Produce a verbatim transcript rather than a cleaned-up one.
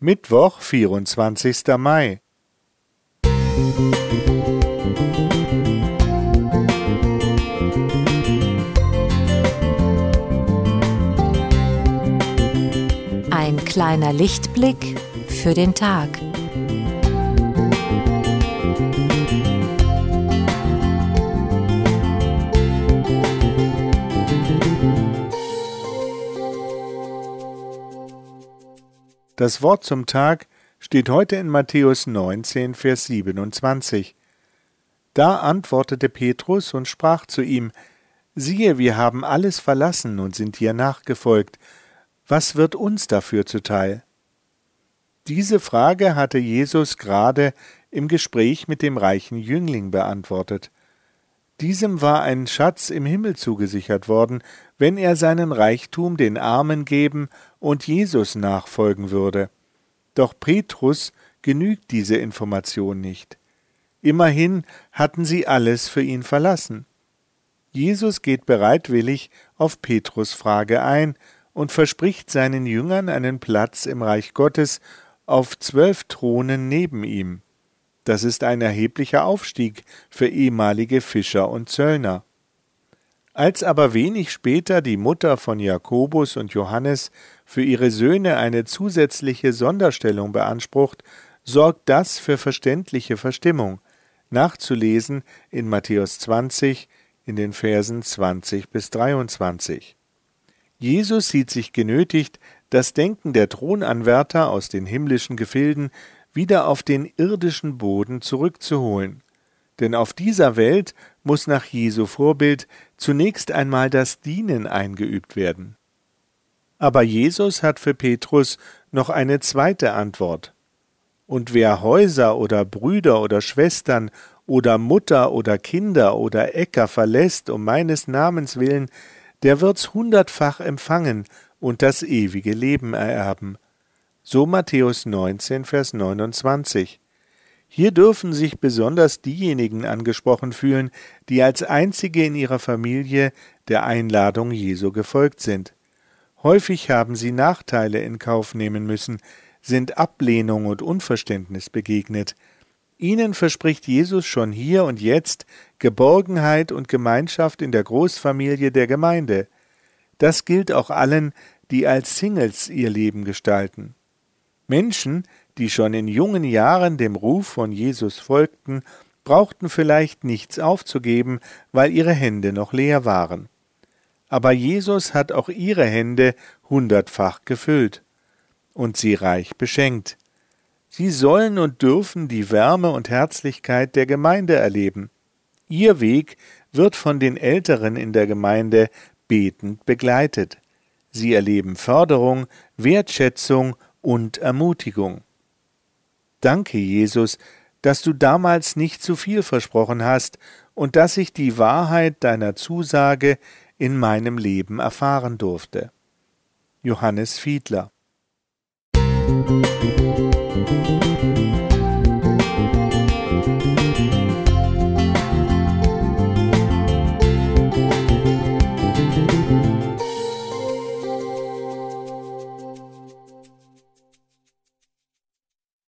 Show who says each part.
Speaker 1: Mittwoch, vierundzwanzigster Mai.
Speaker 2: Ein kleiner Lichtblick für den Tag.
Speaker 1: Das Wort zum Tag steht heute in Matthäus neunzehn, Vers siebenundzwanzig. Da antwortete Petrus und sprach zu ihm: Siehe, wir haben alles verlassen und sind dir nachgefolgt. Was wird uns dafür zuteil? Diese Frage hatte Jesus gerade im Gespräch mit dem reichen Jüngling beantwortet. Diesem war ein Schatz im Himmel zugesichert worden, wenn er seinen Reichtum den Armen geben und Jesus nachfolgen würde. Doch Petrus genügt diese Information nicht. Immerhin hatten sie alles für ihn verlassen. Jesus geht bereitwillig auf Petrus' Frage ein und verspricht seinen Jüngern einen Platz im Reich Gottes auf zwölf Thronen neben ihm. Das ist ein erheblicher Aufstieg für ehemalige Fischer und Zöllner. Als aber wenig später die Mutter von Jakobus und Johannes für ihre Söhne eine zusätzliche Sonderstellung beansprucht, sorgt das für verständliche Verstimmung, nachzulesen in Matthäus zwanzig in den Versen zwanzig bis dreiundzwanzig. Jesus sieht sich genötigt, das Denken der Thronanwärter aus den himmlischen Gefilden wieder auf den irdischen Boden zurückzuholen. Denn auf dieser Welt muss nach Jesu Vorbild zunächst einmal das Dienen eingeübt werden. Aber Jesus hat für Petrus noch eine zweite Antwort. Und wer Häuser oder Brüder oder Schwestern oder Mutter oder Kinder oder Äcker verlässt um meines Namens willen, der wird's hundertfach empfangen und das ewige Leben ererben. So Matthäus neunzehn, Vers neunundzwanzig. Hier dürfen sich besonders diejenigen angesprochen fühlen, die als einzige in ihrer Familie der Einladung Jesu gefolgt sind. Häufig haben sie Nachteile in Kauf nehmen müssen, sind Ablehnung und Unverständnis begegnet. Ihnen verspricht Jesus schon hier und jetzt Geborgenheit und Gemeinschaft in der Großfamilie der Gemeinde. Das gilt auch allen, die als Singles ihr Leben gestalten. Menschen, die schon in jungen Jahren dem Ruf von Jesus folgten, brauchten vielleicht nichts aufzugeben, weil ihre Hände noch leer waren. Aber Jesus hat auch ihre Hände hundertfach gefüllt und sie reich beschenkt. Sie sollen und dürfen die Wärme und Herzlichkeit der Gemeinde erleben. Ihr Weg wird von den Älteren in der Gemeinde betend begleitet. Sie erleben Förderung, Wertschätzung und Ermutigung. Danke, Jesus, dass du damals nicht zu viel versprochen hast und dass ich die Wahrheit deiner Zusage in meinem Leben erfahren durfte. Johannes Fiedler. Musik